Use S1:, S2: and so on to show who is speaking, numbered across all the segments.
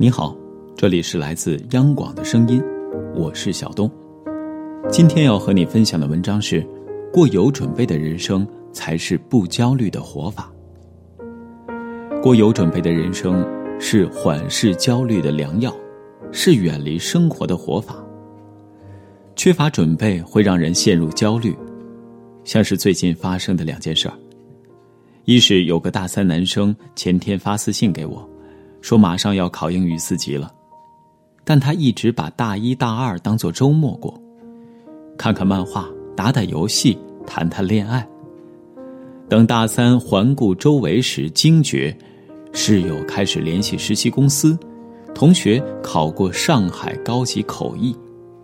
S1: 你好，这里是来自央广的声音，我是小东。今天要和你分享的文章是：过有准备的人生才是不焦虑的活法。过有准备的人生是缓释焦虑的良药，是远离生活的活法。缺乏准备会让人陷入焦虑，像是最近发生的两件事儿。一是有个大三男生前天发私信给我，说马上要考英语4级了，但他一直把大一大二当作周末过，看看漫画，打打游戏，谈谈恋爱。等大三环顾周围时，惊觉室友开始联系实习公司，同学考过上海高级口译。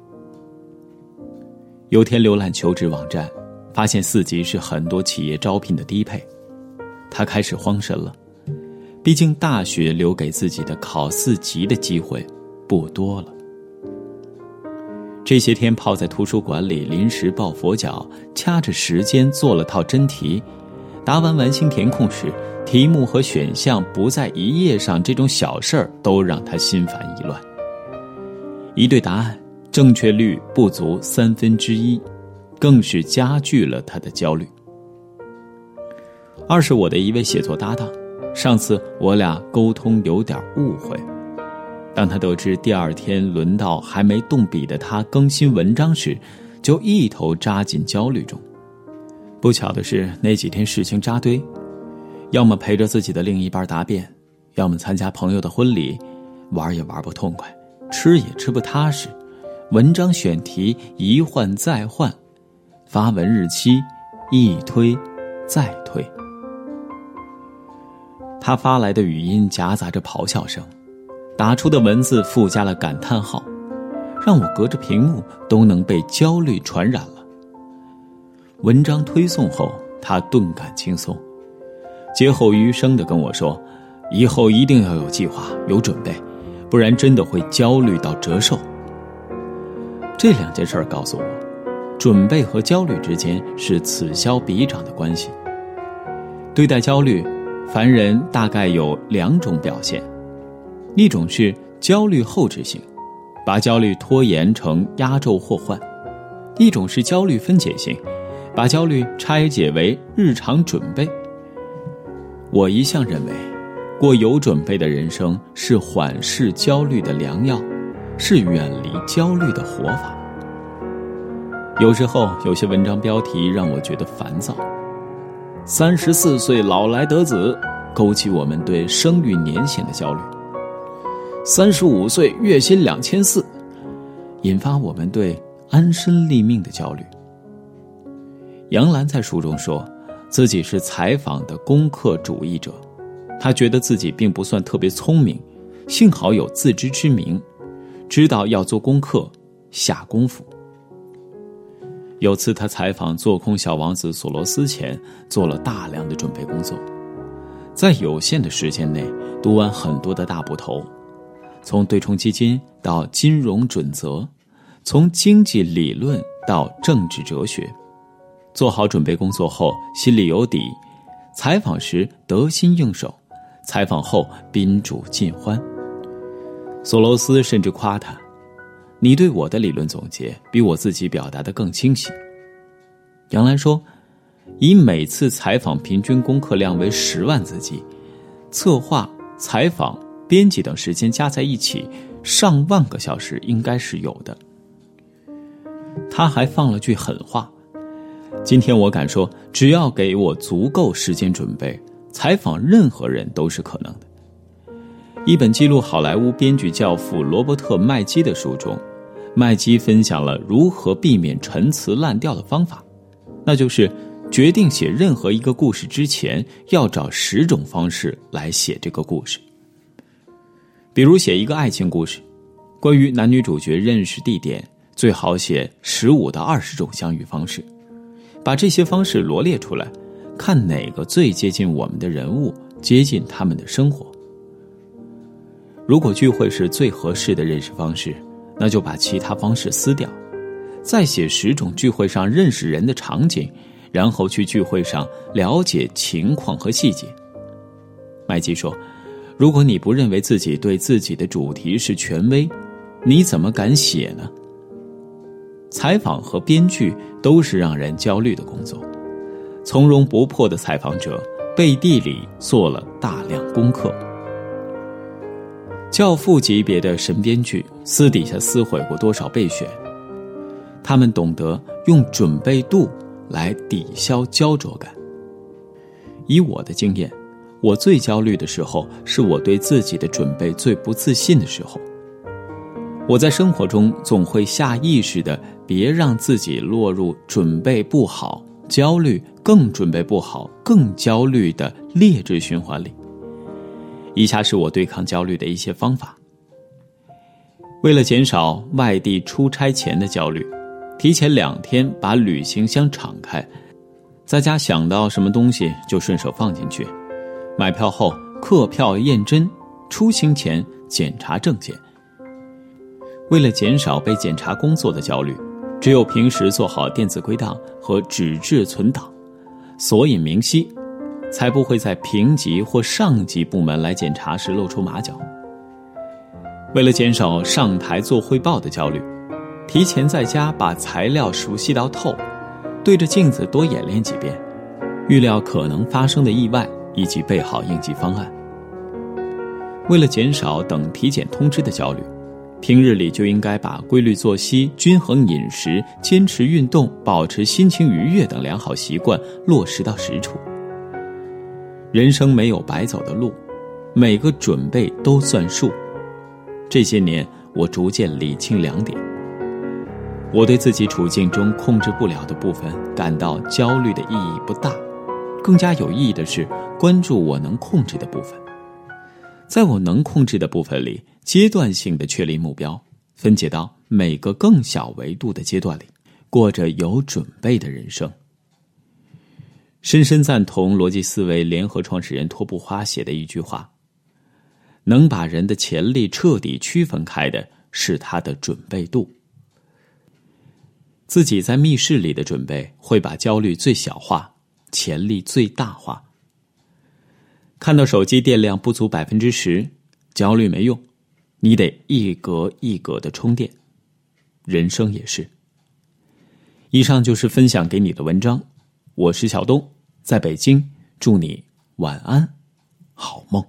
S1: 有天浏览求职网站，发现4级是很多企业招聘的低配，他开始慌神了。毕竟大学留给自己的考4级的机会不多了。这些天泡在图书馆里临时抱佛脚，掐着时间做了套真题，答完完形填空时，题目和选项不在一页上，这种小事儿都让他心烦意乱。一对答案正确率不足1/3，更是加剧了他的焦虑。二是我的一位写作搭档，上次我俩沟通有点误会，当他得知第二天轮到还没动笔的他更新文章时，就一头扎进焦虑中。不巧的是，那几天事情扎堆，要么陪着自己的另一半答辩，要么参加朋友的婚礼，玩也玩不痛快，吃也吃不踏实，文章选题一换再换，发文日期一推再推。他发来的语音夹杂着咆哮声，打出的文字附加了感叹号，让我隔着屏幕都能被焦虑传染了。文章推送后，他顿感轻松，劫后余生地跟我说，以后一定要有计划有准备，不然真的会焦虑到折寿。这两件事告诉我，准备和焦虑之间是此消彼长的关系。对待焦虑，凡人大概有2种表现，一种是焦虑后置型，把焦虑拖延成压轴祸患；一种是焦虑分解型，把焦虑拆解为日常准备。我一向认为，过有准备的人生是缓释焦虑的良药，是远离焦虑的活法。有时候有些文章标题让我觉得烦躁，34岁老来得子，勾起我们对生育年限的焦虑；35岁月薪2400，引发我们对安身立命的焦虑。杨澜在书中说，自己是采访的功课主义者，他觉得自己并不算特别聪明，幸好有自知之明，知道要做功课，下功夫。有次他采访做空小王子索罗斯前，做了大量的准备工作，在有限的时间内读完很多的大部头，从对冲基金到金融准则，从经济理论到政治哲学。做好准备工作后心里有底，采访时得心应手，采访后宾主尽欢。索罗斯甚至夸他，你对我的理论总结比我自己表达的更清晰。杨澜说，以每次采访平均功课量为10万字计，策划、采访、编辑等时间加在一起，上万个小时应该是有的。他还放了句狠话，今天我敢说，只要给我足够时间准备，采访任何人都是可能的。一本记录好莱坞编剧教父罗伯特·麦基的书中，麦基分享了如何避免陈词滥调的方法，那就是决定写任何一个故事之前，要找10种方式来写这个故事。比如写一个爱情故事，关于男女主角认识地点，最好写15到20种相遇方式，把这些方式罗列出来，看哪个最接近我们的人物，接近他们的生活。如果聚会是最合适的认识方式，那就把其他方式撕掉，再写10种聚会上认识人的场景，然后去聚会上了解情况和细节。麦基说， 如果你不认为自己对自己的主题是权威，你怎么敢写呢？采访和编剧都是让人焦虑的工作，从容不迫的采访者背地里做了大量功课。教父级别的神编剧私底下撕毁过多少备选，他们懂得用准备度来抵消焦灼感。以我的经验，我最焦虑的时候是我对自己的准备最不自信的时候。我在生活中总会下意识的别让自己落入准备不好、焦虑、更准备不好、更焦虑的劣质循环里。以下是我对抗焦虑的一些方法。为了减少外地出差前的焦虑，提前2天把旅行箱敞开，在家想到什么东西就顺手放进去。买票后客票验真，出行前检查证件。为了减少被检查工作的焦虑，只有平时做好电子归档和纸质存档，索引明晰，才不会在评级或上级部门来检查时露出马脚。为了减少上台做汇报的焦虑，提前在家把材料熟悉到透，对着镜子多演练几遍，预料可能发生的意外，以及备好应急方案。为了减少等体检通知的焦虑，平日里就应该把规律作息、均衡饮食、坚持运动、保持心情愉悦等良好习惯落实到实处。人生没有白走的路，每个准备都算数。这些年，我逐渐理清2点。我对自己处境中控制不了的部分感到焦虑的意义不大，更加有意义的是关注我能控制的部分。在我能控制的部分里，阶段性的确立目标，分解到每个更小维度的阶段里，过着有准备的人生。深深赞同逻辑思维联合创始人托布花写的一句话：能把人的潜力彻底区分开的是他的准备度。自己在密室里的准备会把焦虑最小化，潜力最大化。看到手机电量不足 10%， 焦虑没用，你得一格一格的充电。人生也是。以上就是分享给你的文章，我是小东，在北京，祝你晚安，好梦。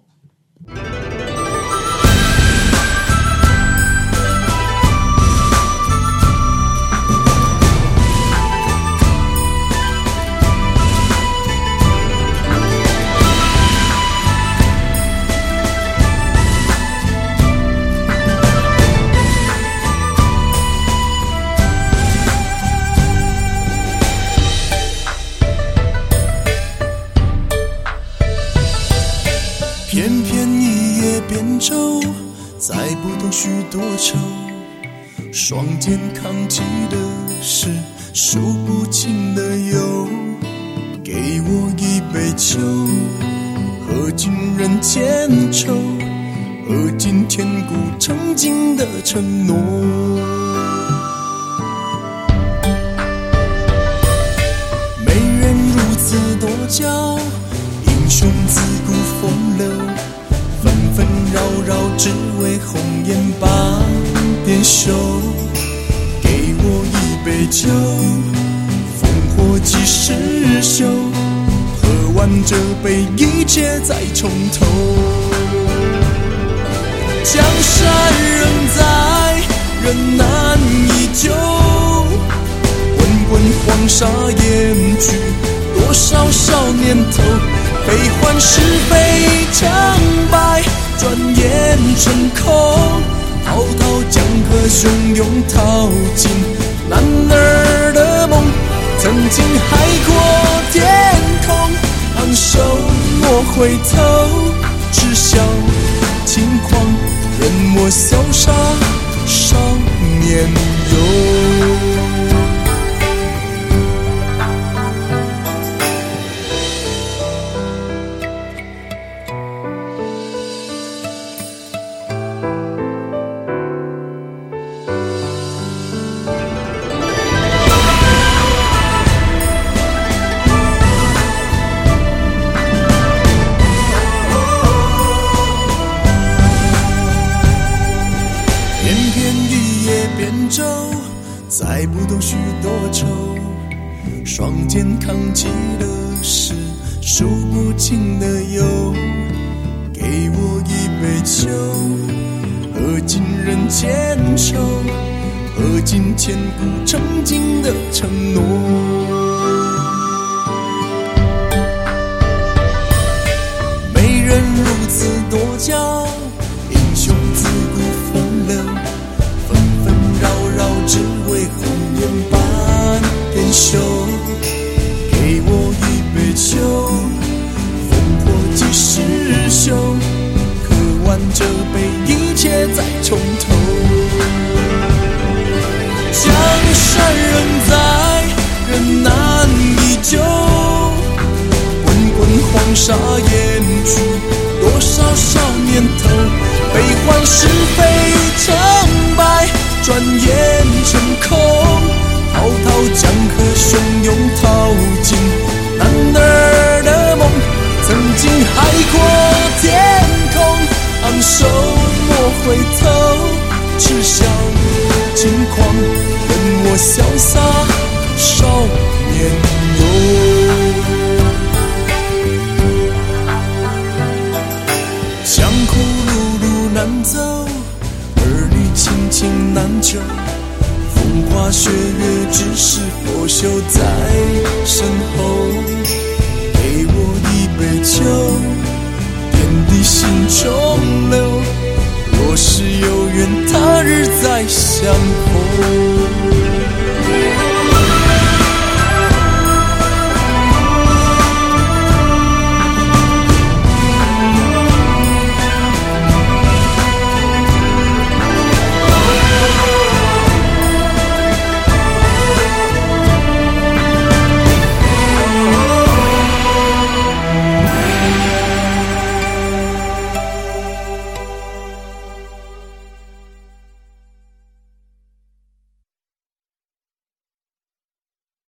S2: 翩翩一叶扁舟，载不动许多愁。双肩扛起的是数不尽的忧。给我一杯酒，喝尽人间愁，喝尽天古曾经的承诺。没人如此多娇，英雄自古风流，纷纷扰扰只为红颜把点羞。给我一杯酒，烽火几时休？喝完这杯，一切再从头。江山仍在，人难依旧。滚滚黄沙掩去多少少年头。悲欢是非成败，转眼成空。滔滔江河汹涌，淘尽男儿的梦。曾经海阔天空，昂首莫回头。只笑轻狂，任我潇洒少年游。 双肩扛起的是数不尽的忧，给我一杯酒，喝尽人间愁，喝尽千古曾经的承诺。没人如此多骄，英雄自古风流，纷纷扰扰只为红颜半点羞。给我一杯酒，烽火几时休，喝完这杯一切再从头。江山仍在，人难依旧，滚滚黄沙掩去多少少年头，悲欢是非成败转眼成空，滔滔江河汹涌淘尽男儿的梦，曾经海阔天空，昂首莫回头，痴笑轻狂，跟我潇洒少年游。江湖碌碌难走，儿女情情难求，风花雪月只是佛修在身后。给我一杯酒，点滴心中流，若是有缘他日再相逢。